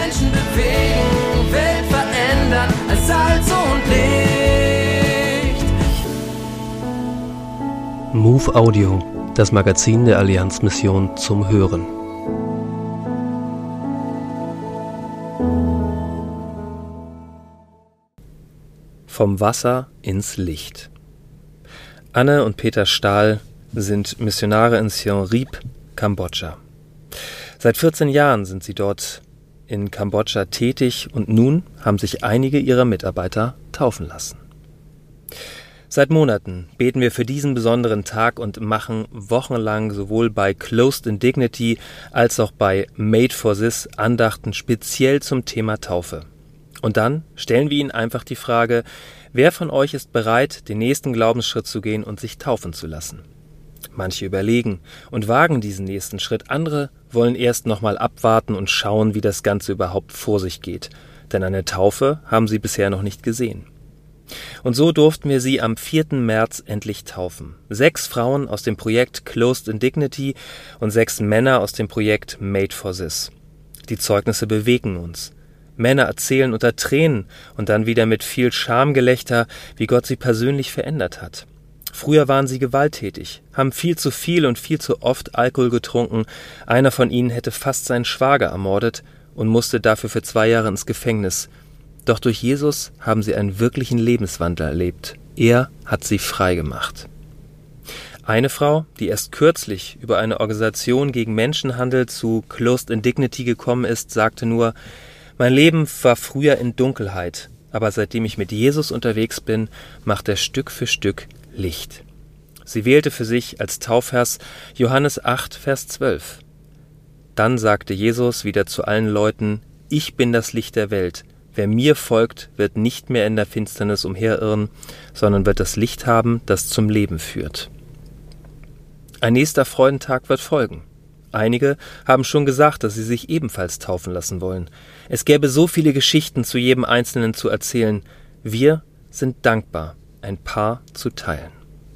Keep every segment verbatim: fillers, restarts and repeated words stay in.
Menschen bewegen, Welt verändern als Salz und Licht. Move Audio, das Magazin der Allianzmission zum Hören. Vom Wasser ins Licht. Anne und Peter Stahl sind Missionare in Siem Reap, Kambodscha. Seit vierzehn Jahren sind sie dort in Kambodscha tätig und nun haben sich einige ihrer Mitarbeiter taufen lassen. Seit Monaten beten wir für diesen besonderen Tag und machen wochenlang sowohl bei Closed in Dignity als auch bei Made for This Andachten speziell zum Thema Taufe. Und dann stellen wir ihnen einfach die Frage, wer von euch ist bereit, den nächsten Glaubensschritt zu gehen und sich taufen zu lassen? Manche überlegen und wagen diesen nächsten Schritt, andere wollen erst nochmal abwarten und schauen, wie das Ganze überhaupt vor sich geht. Denn eine Taufe haben sie bisher noch nicht gesehen. Und so durften wir sie am vierten März endlich taufen. Sechs Frauen aus dem Projekt Closed in Dignity und sechs Männer aus dem Projekt Made for This. Die Zeugnisse bewegen uns. Männer erzählen unter Tränen und dann wieder mit viel Schamgelächter, wie Gott sie persönlich verändert hat. Früher waren sie gewalttätig, haben viel zu viel und viel zu oft Alkohol getrunken. Einer von ihnen hätte fast seinen Schwager ermordet und musste dafür für zwei Jahre ins Gefängnis. Doch durch Jesus haben sie einen wirklichen Lebenswandel erlebt. Er hat sie frei gemacht. Eine Frau, die erst kürzlich über eine Organisation gegen Menschenhandel zu Closed in Dignity gekommen ist, sagte nur: Mein Leben war früher in Dunkelheit, aber seitdem ich mit Jesus unterwegs bin, macht er Stück für Stück Licht. Sie wählte für sich als Taufvers Johannes acht, Vers zwölf. Dann sagte Jesus wieder zu allen Leuten: Ich bin das Licht der Welt. Wer mir folgt, wird nicht mehr in der Finsternis umherirren, sondern wird das Licht haben, das zum Leben führt. Ein nächster Freudentag wird folgen. Einige haben schon gesagt, dass sie sich ebenfalls taufen lassen wollen. Es gäbe so viele Geschichten zu jedem Einzelnen zu erzählen. Wir sind dankbar, ein paar zu teilen.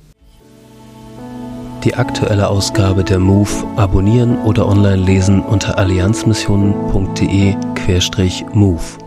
Die aktuelle Ausgabe der Move abonnieren oder online lesen unter allianzmissionen punkt de slash move.